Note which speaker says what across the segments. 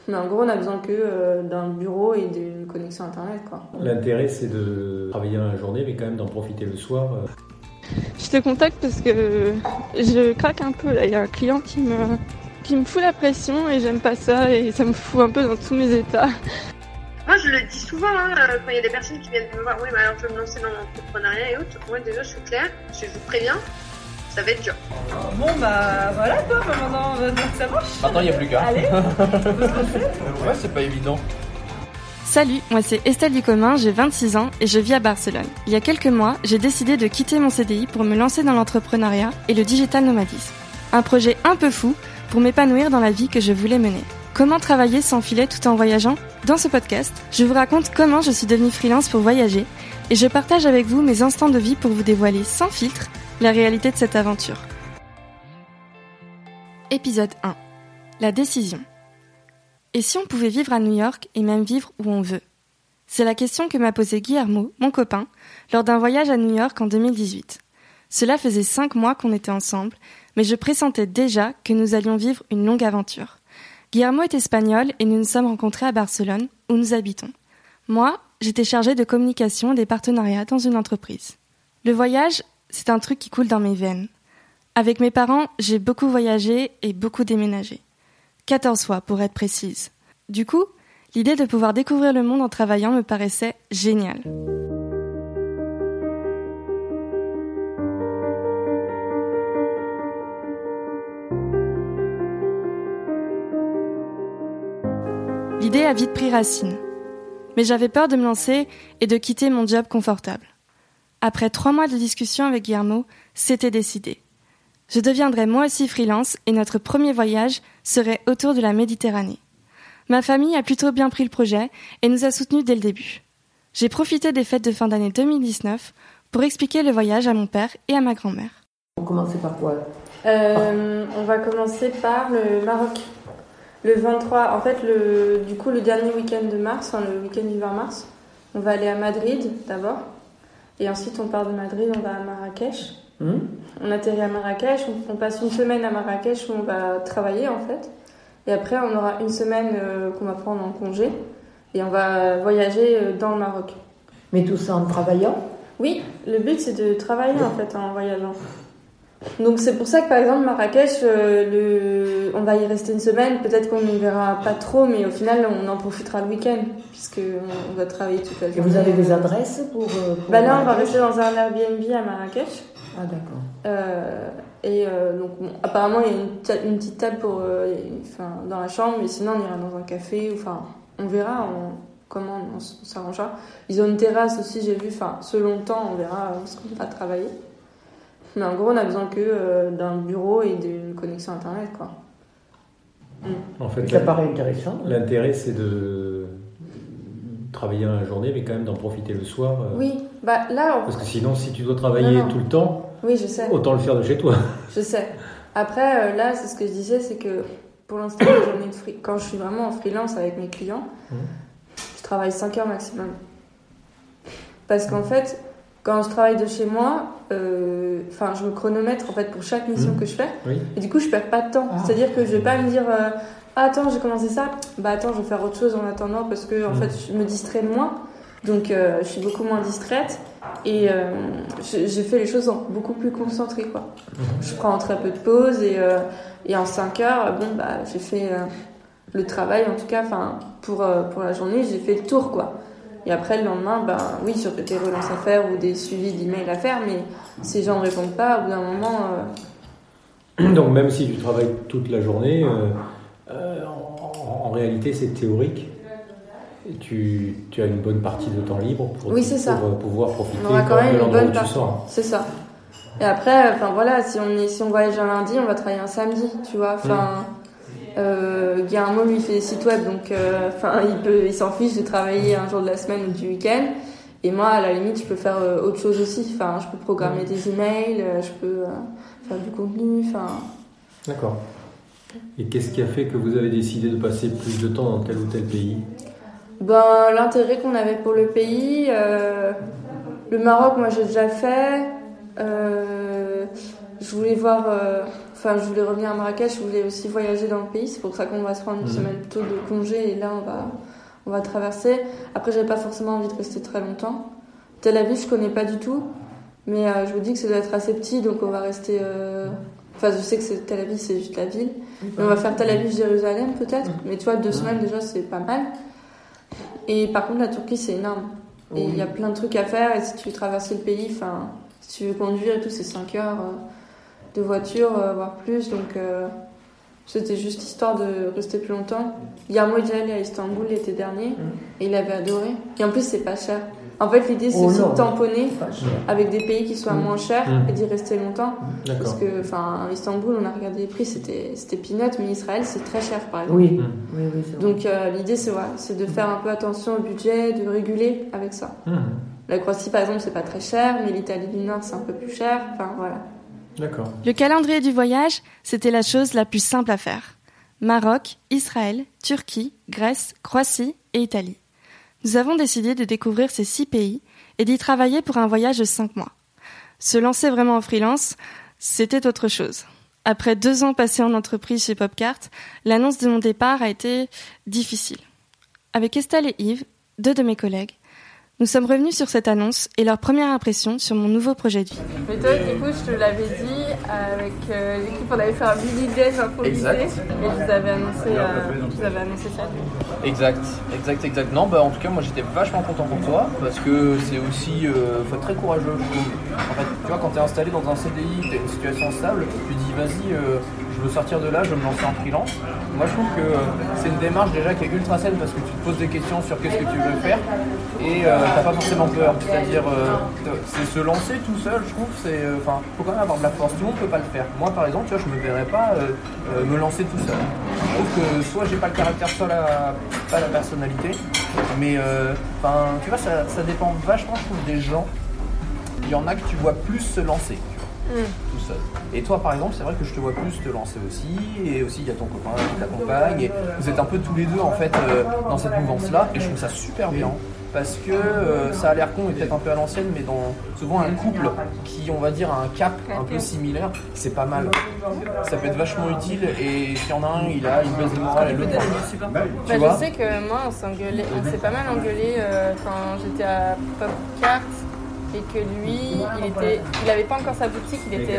Speaker 1: Mais en gros, on a besoin que d'un bureau et d'une connexion internet, quoi.
Speaker 2: L'intérêt, c'est de travailler dans la journée, mais quand même d'en profiter le soir.
Speaker 3: Je te contacte parce que je craque un peu là. Il y a un client qui me fout la pression et j'aime pas ça et ça me fout un peu dans tous mes états.
Speaker 4: Moi, je le dis souvent, quand il y a des personnes qui viennent me voir, oui, mais alors je vais me lancer dans l'entrepreneuriat et autres. Moi, déjà, je suis claire, je vous préviens, ça va être dur.
Speaker 5: Bon, bah voilà quoi, maintenant ça marche.
Speaker 6: Maintenant, il n'y a plus qu'à.
Speaker 5: Allez,
Speaker 6: Ouais, c'est pas évident.
Speaker 3: Salut, moi c'est Estelle Ducommun, j'ai 26 ans et je vis à Barcelone. Il y a quelques mois, j'ai décidé de quitter mon CDI pour me lancer dans l'entrepreneuriat et le digital nomadisme. Un projet un peu fou pour m'épanouir dans la vie que je voulais mener. Comment travailler sans filet tout en voyageant ? Dans ce podcast, je vous raconte comment je suis devenue freelance pour voyager et je partage avec vous mes instants de vie pour vous dévoiler sans filtre la réalité de cette aventure. Épisode 1. La décision. Et si on pouvait vivre à New York et même vivre où on veut ? C'est la question que m'a posée Guillermo, mon copain, lors d'un voyage à New York en 2018. Cela faisait 5 mois qu'on était ensemble, mais je pressentais déjà que nous allions vivre une longue aventure. Guillermo est espagnol et nous nous sommes rencontrés à Barcelone, où nous habitons. Moi, j'étais chargée de communication et des partenariats dans une entreprise. Le voyage, c'est un truc qui coule dans mes veines. Avec mes parents, j'ai beaucoup voyagé et beaucoup déménagé. 14 fois pour être précise. Du coup, l'idée de pouvoir découvrir le monde en travaillant me paraissait géniale. L'idée a vite pris racine. Mais j'avais peur de me lancer et de quitter mon job confortable. Après 3 mois de discussion avec Guillermo, c'était décidé. Je deviendrais moi aussi freelance et notre premier voyage serait autour de la Méditerranée. Ma famille a plutôt bien pris le projet et nous a soutenus dès le début. J'ai profité des fêtes de fin d'année 2019 pour expliquer le voyage à mon père et à ma grand-mère.
Speaker 7: On commençait par quoi ?
Speaker 1: On va commencer par le Maroc. Le 23, en fait, le dernier week-end de mars, le week-end du 20 mars, on va aller à Madrid d'abord. Et ensuite, on part de Madrid, on va à Marrakech. On atterrit à Marrakech, on passe une semaine à Marrakech où on va travailler en fait. Et après, on aura une semaine qu'on va prendre en congé. Et on va voyager dans le Maroc.
Speaker 7: Mais tout ça en travaillant ?
Speaker 1: Oui, le but c'est de travailler en fait en voyageant. Donc c'est pour ça que par exemple Marrakech, on va y rester une semaine. Peut-être qu'on ne verra pas trop, mais au final on en profitera le week-end. Puisqu'on va travailler toute la journée.
Speaker 7: Et vous avez des adresses pour
Speaker 1: là, on va rester dans un Airbnb à Marrakech.
Speaker 7: Ah d'accord.
Speaker 1: Donc bon, apparemment il y a une petite table dans la chambre, mais sinon on ira dans un café, on verra comment on s'arrangera. Ils ont une terrasse aussi, j'ai vu, selon le temps on verra ce qu'on va travailler. Mais en gros on a besoin que d'un bureau et d'une connexion internet quoi.
Speaker 2: En fait,
Speaker 7: ça paraît intéressant.
Speaker 2: L'intérêt c'est de travailler dans la journée, mais quand même d'en profiter le soir.
Speaker 1: Oui, là...
Speaker 2: Parce que sinon, si tu dois travailler tout le temps,
Speaker 1: oui, je sais.
Speaker 2: Autant le faire de chez toi.
Speaker 1: Je sais. Après, là, c'est ce que je disais, c'est que pour l'instant, quand je suis vraiment en freelance avec mes clients, je travaille 5 heures maximum. Parce qu'en fait, quand je travaille de chez moi, je me chronomètre en fait, pour chaque mission que je fais. Oui. Et du coup, je perds pas de temps. C'est-à-dire que je vais pas me dire... attends, j'ai commencé ça. Attends, je vais faire autre chose en attendant parce que en fait, je me distrais moins. Donc, je suis beaucoup moins distraite et j'ai fait les choses beaucoup plus concentrées, quoi. Je prends très peu de pauses et en 5 heures, j'ai fait le travail en tout cas. Pour la journée, j'ai fait le tour, quoi. Et après, le lendemain, oui, j'aurais des relances à faire ou des suivis d'emails à faire, mais si les gens ne répondent pas, au bout d'un moment...
Speaker 2: Donc, même si tu travailles toute la journée... en réalité, c'est théorique. Et tu as une bonne partie de temps libre pour pouvoir profiter
Speaker 1: on aura quand même
Speaker 2: de l'endroit
Speaker 1: une bonne
Speaker 2: où
Speaker 1: partie.
Speaker 2: tu sors.
Speaker 1: C'est ça. Et après, si on voyage un lundi, on va travailler un samedi, tu vois. Guillermo, lui, fait des sites web, donc il s'en fiche de travailler un jour de la semaine ou du week-end. Et moi, à la limite, je peux faire autre chose aussi. Je peux programmer des emails, je peux faire du contenu.
Speaker 2: D'accord. Et qu'est-ce qui a fait que vous avez décidé de passer plus de temps dans tel ou tel pays ?
Speaker 1: L'intérêt qu'on avait pour le pays, le Maroc, moi j'ai déjà fait. Je voulais voir, Enfin, je voulais revenir à Marrakech, je voulais aussi voyager dans le pays. C'est pour ça qu'on va se prendre une semaine plutôt de congé et là, on va traverser. Après, j'avais pas forcément envie de rester très longtemps. Tel Aviv, je connais pas du tout, mais je vous dis que ça doit être assez petit, donc on va rester. Enfin, je sais que Tel Aviv, c'est juste la ville. Mais on va faire Tel Aviv-Jérusalem peut-être. Mais tu vois, 2 semaines déjà, c'est pas mal. Et par contre, la Turquie, c'est énorme. Et il y a plein de trucs à faire. Et si tu veux traverser le pays, enfin, si tu veux conduire et tout, c'est 5 heures de voiture, voire plus. Donc, c'était juste histoire de rester plus longtemps. Yarmo est déjà allé à Istanbul l'été dernier et il avait adoré. Et en plus, c'est pas cher. En fait, l'idée, c'est aussi de tamponner avec des pays qui soient moins chers et d'y rester longtemps. Parce que, enfin, Istanbul, on a regardé les prix, c'était peanut, mais Israël, c'est très cher, par exemple.
Speaker 7: Oui, c'est vrai.
Speaker 1: Donc, l'idée, c'est de faire un peu attention au budget, de réguler avec ça. La Croatie, par exemple, c'est pas très cher, mais l'Italie du Nord, c'est un peu plus cher. Enfin, voilà.
Speaker 2: D'accord.
Speaker 3: Le calendrier du voyage, c'était la chose la plus simple à faire. Maroc, Israël, Turquie, Grèce, Croatie et Italie. Nous avons décidé de découvrir ces 6 pays et d'y travailler pour un voyage de 5 mois. Se lancer vraiment en freelance, c'était autre chose. Après 2 ans passés en entreprise chez Popcart, l'annonce de mon départ a été difficile. Avec Estelle et Yves, 2 de mes collègues, nous sommes revenus sur cette annonce et leur première impression sur mon nouveau projet de vie.
Speaker 1: Mais toi, du coup, je te l'avais dit, avec l'équipe, on avait fait un mini-déj improvisé et je vous avais annoncé ça.
Speaker 6: Exact. Non, en tout cas, moi j'étais vachement content pour toi parce que c'est aussi faut être très courageux, je trouve. En fait, tu vois, quand t'es installé dans un CDI, t'as une situation stable, tu dis vas-y, je veux sortir de là, je veux me lancer en freelance. Moi, je trouve que c'est une démarche déjà qui est ultra saine parce que tu te poses des questions sur qu'est-ce que tu veux faire et t'as pas forcément peur. C'est-à-dire, c'est se lancer tout seul, je trouve, faut quand même avoir de la force. Tout le monde peut pas le faire. Moi, par exemple, tu vois, je me verrais pas me lancer tout seul. Je trouve que soit j'ai pas le caractère, soit pas la personnalité, mais tu vois, ça dépend vachement, je trouve, des gens. Il y en a que tu vois plus se lancer. Tout seul. Et toi, par exemple, c'est vrai que je te vois plus te lancer aussi, et aussi il y a ton copain qui t'accompagne, et vous êtes un peu tous les deux en fait dans cette mouvance-là, et je trouve ça super bien, parce que ça a l'air con et peut-être un peu à l'ancienne, mais souvent un couple qui, on va dire, a un cap un peu similaire, c'est pas mal. Ça peut être vachement utile, et s'il y en a un, il a une baisse de morale, et l'autre
Speaker 1: tu vois. Je sais que moi, on s'est pas mal engueulé quand j'étais à Popcart. Et que lui, il avait pas encore sa boutique, il était 100%,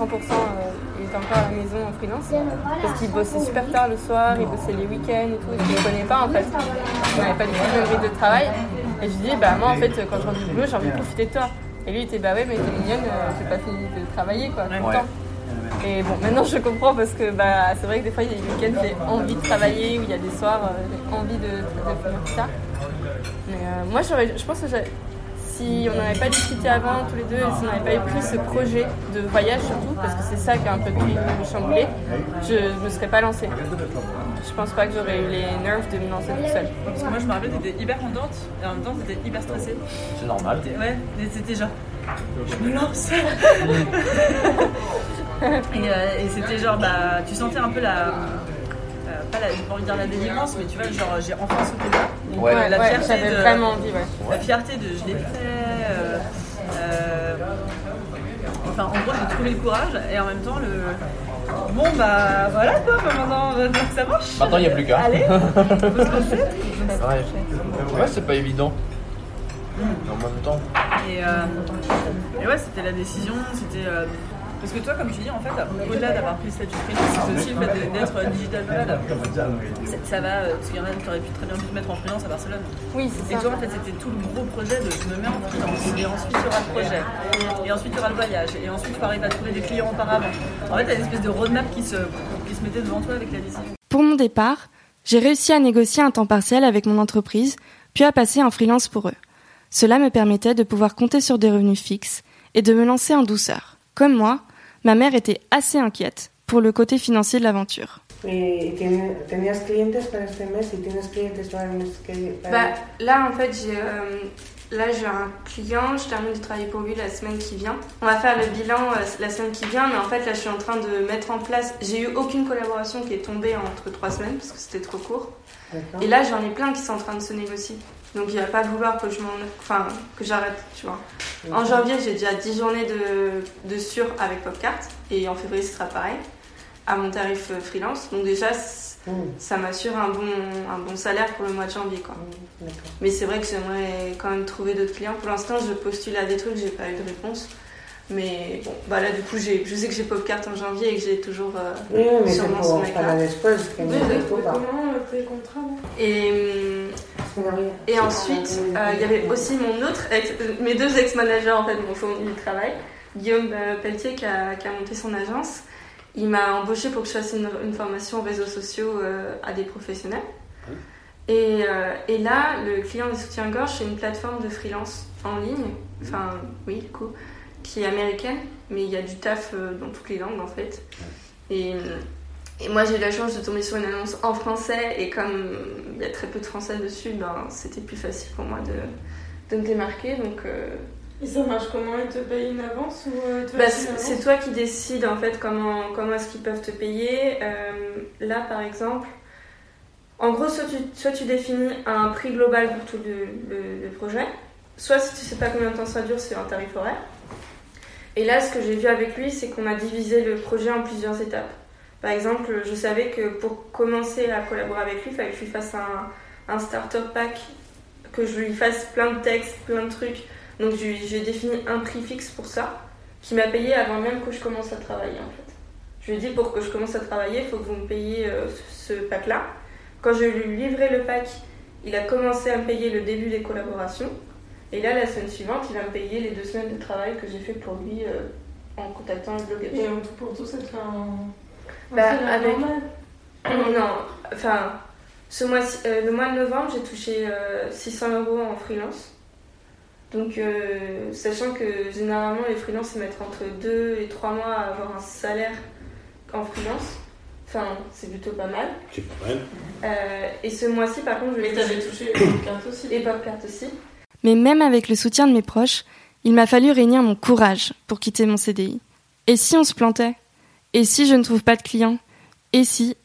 Speaker 1: il était encore à la maison en freelance, parce qu'il bossait super tard le soir, il bossait les week-ends et tout, et je ne le connais pas en fait. Il n'avait pas du tout le même rythme de travail. Et je lui dis, moi en fait, quand je rentre du boulot, j'ai envie de profiter de toi. Et lui, il était, ouais, mais t'es mignonne, j'ai pas fini de travailler quoi, tout le temps. Et bon, maintenant je comprends parce que c'est vrai que des fois, il y a des week-ends, j'ai envie de travailler, ou il y a des soirs, j'ai envie de finir tout ça. Mais moi, je pense que si on n'avait pas discuté avant tous les deux, et si on n'avait pas eu plus ce projet de voyage surtout, parce que c'est ça qui a un peu tout chamboulé, je ne me serais pas lancée. Je pense pas que j'aurais eu les nerfs de me lancer toute seule.
Speaker 5: Parce que moi je me rappelle, t'étais hyper contente et en même temps t'étais hyper stressée.
Speaker 6: C'est normal.
Speaker 5: Ouais, c'était genre, je me lance. et c'était genre, tu sentais un peu j'ai pas envie de dire la délivrance, mais tu vois, genre j'ai enfin sauté là. Donc, la fierté
Speaker 1: j'avais vraiment envie,
Speaker 5: La fierté de je l'ai fait. En gros, j'ai trouvé le courage et en même temps voilà quoi, maintenant on va voir que ça marche.
Speaker 6: Maintenant il n'y a plus qu'à.
Speaker 5: Allez, faut se lancer.
Speaker 6: Ouais, c'est pas évident. En même temps.
Speaker 5: Et ouais, c'était la décision, c'était. Parce que toi, comme tu dis, en fait, au-delà d'avoir pris le statut freelance, c'est aussi le fait d'être digital nomade. Ça va, parce qu'il y en a qui auraient pu très bien te mettre en freelance à Barcelone.
Speaker 1: Oui, c'est ça.
Speaker 5: Et toi, en fait, c'était tout le gros projet de je me mets en freelance. Et ensuite, il y aura le projet. Et ensuite, il y aura le voyage. Et ensuite, il faut arriver à trouver des clients auparavant. En fait, il y a une espèce de roadmap qui se mettait devant toi avec la décision.
Speaker 3: Pour mon départ, j'ai réussi à négocier un temps partiel avec mon entreprise, puis à passer en freelance pour eux. Cela me permettait de pouvoir compter sur des revenus fixes et de me lancer en douceur. Comme moi, ma mère était assez inquiète pour le côté financier de l'aventure.
Speaker 8: ¿Tenías clientes para este mes y tienes clientes para el mes que...
Speaker 1: Là, en fait, j'ai un client, je termine de travailler pour lui la semaine qui vient. On va faire le bilan la semaine qui vient, mais en fait, là, je suis en train de mettre en place... J'ai eu aucune collaboration qui est tombée entre 3 semaines, parce que c'était trop court. D'accord. Et là, j'en ai plein qui sont en train de se négocier. Donc, il va pas vouloir que que j'arrête, tu vois. En janvier, j'ai déjà 10 journées de sûr avec Popcart, et en février, ce sera pareil. à mon tarif freelance. Donc déjà, ça m'assure un bon salaire pour le mois de janvier, quoi. Mais c'est vrai que j'aimerais quand même trouver d'autres clients. Pour l'instant, je postule à des trucs, j'ai pas eu de réponse. Mais bon, bah là, du coup, je sais que j'ai Popcart en janvier et que j'ai toujours sûrement ce mec-là.
Speaker 8: Comment tes contrats
Speaker 1: Et ensuite, il y avait aussi mes 2 ex-managers, en fait, m'ont fourni du travail. Guillaume Pelletier qui a monté son agence. Il m'a embauché pour que je fasse une formation aux réseaux sociaux à des professionnels. Et là, le client des soutiens-gorge, c'est une plateforme de freelance en ligne, qui est américaine, mais il y a du taf dans toutes les langues en fait. Et moi, j'ai eu la chance de tomber sur une annonce en français, et comme il y a très peu de français dessus, c'était plus facile pour moi de me démarquer. Donc,
Speaker 9: Et ça marche comment? Ils te payent une avance ou
Speaker 1: c'est toi qui décides en fait comment est-ce qu'ils peuvent te payer. Là par exemple, en gros, soit tu définis un prix global pour tout le projet, soit si tu sais pas combien de temps ça dure, c'est un tarif horaire. Et là, ce que j'ai vu avec lui, c'est qu'on a divisé le projet en plusieurs étapes. Par exemple, je savais que pour commencer à collaborer avec lui, il fallait que je lui fasse un starter pack, que je lui fasse plein de textes, plein de trucs. Donc j'ai défini un prix fixe pour ça, qui m'a payé avant même que je commence à travailler en fait. Je lui ai dit, pour que je commence à travailler, il faut que vous me payiez ce pack-là. Quand je lui ai livré le pack, il a commencé à me payer le début des collaborations. Et là, la semaine suivante, il va me payer les 2 semaines de travail que j'ai fait pour lui en contactant le blogueur.
Speaker 9: Et pour tout ça, tu fais un
Speaker 1: avec... Non, enfin, le mois de novembre, j'ai touché 600 € en freelance. Donc, sachant que généralement, les freelances, ils mettent entre 2 et 3 mois à avoir un salaire en freelance. Enfin, c'est plutôt pas mal.
Speaker 2: C'est pas mal.
Speaker 1: Et ce mois-ci, par contre, je vais...
Speaker 9: Mais t'avais touché les Popcart aussi.
Speaker 1: Les Popcart aussi.
Speaker 3: Mais même avec le soutien de mes proches, il m'a fallu réunir mon courage pour quitter mon CDI. Et si on se plantait? Et si je ne trouve pas de clients? Et si?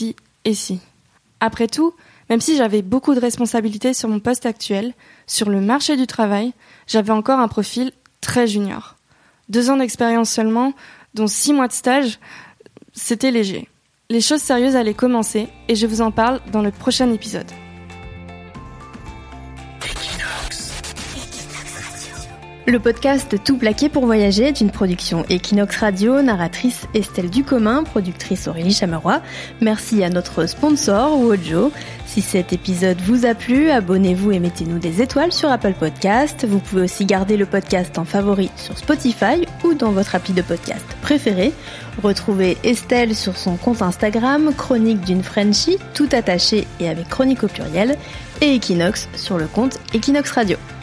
Speaker 3: Après tout, même si j'avais beaucoup de responsabilités sur mon poste actuel, sur le marché du travail, j'avais encore un profil très junior. 2 ans d'expérience seulement, dont 6 mois de stage, c'était léger. Les choses sérieuses allaient commencer et je vous en parle dans le prochain épisode.
Speaker 10: Le podcast Tout plaqué pour voyager est une production Equinox Radio, narratrice Estelle Ducommun, productrice Aurélie Chameroy. Merci à notre sponsor Wojo. Si cet épisode vous a plu, abonnez-vous et mettez-nous des étoiles sur Apple Podcast. Vous pouvez aussi garder le podcast en favori sur Spotify ou dans votre appli de podcast préféré. Retrouvez Estelle sur son compte Instagram, Chronique d'une Frenchie, tout attaché et avec chronique au pluriel, et Equinox sur le compte Equinox Radio.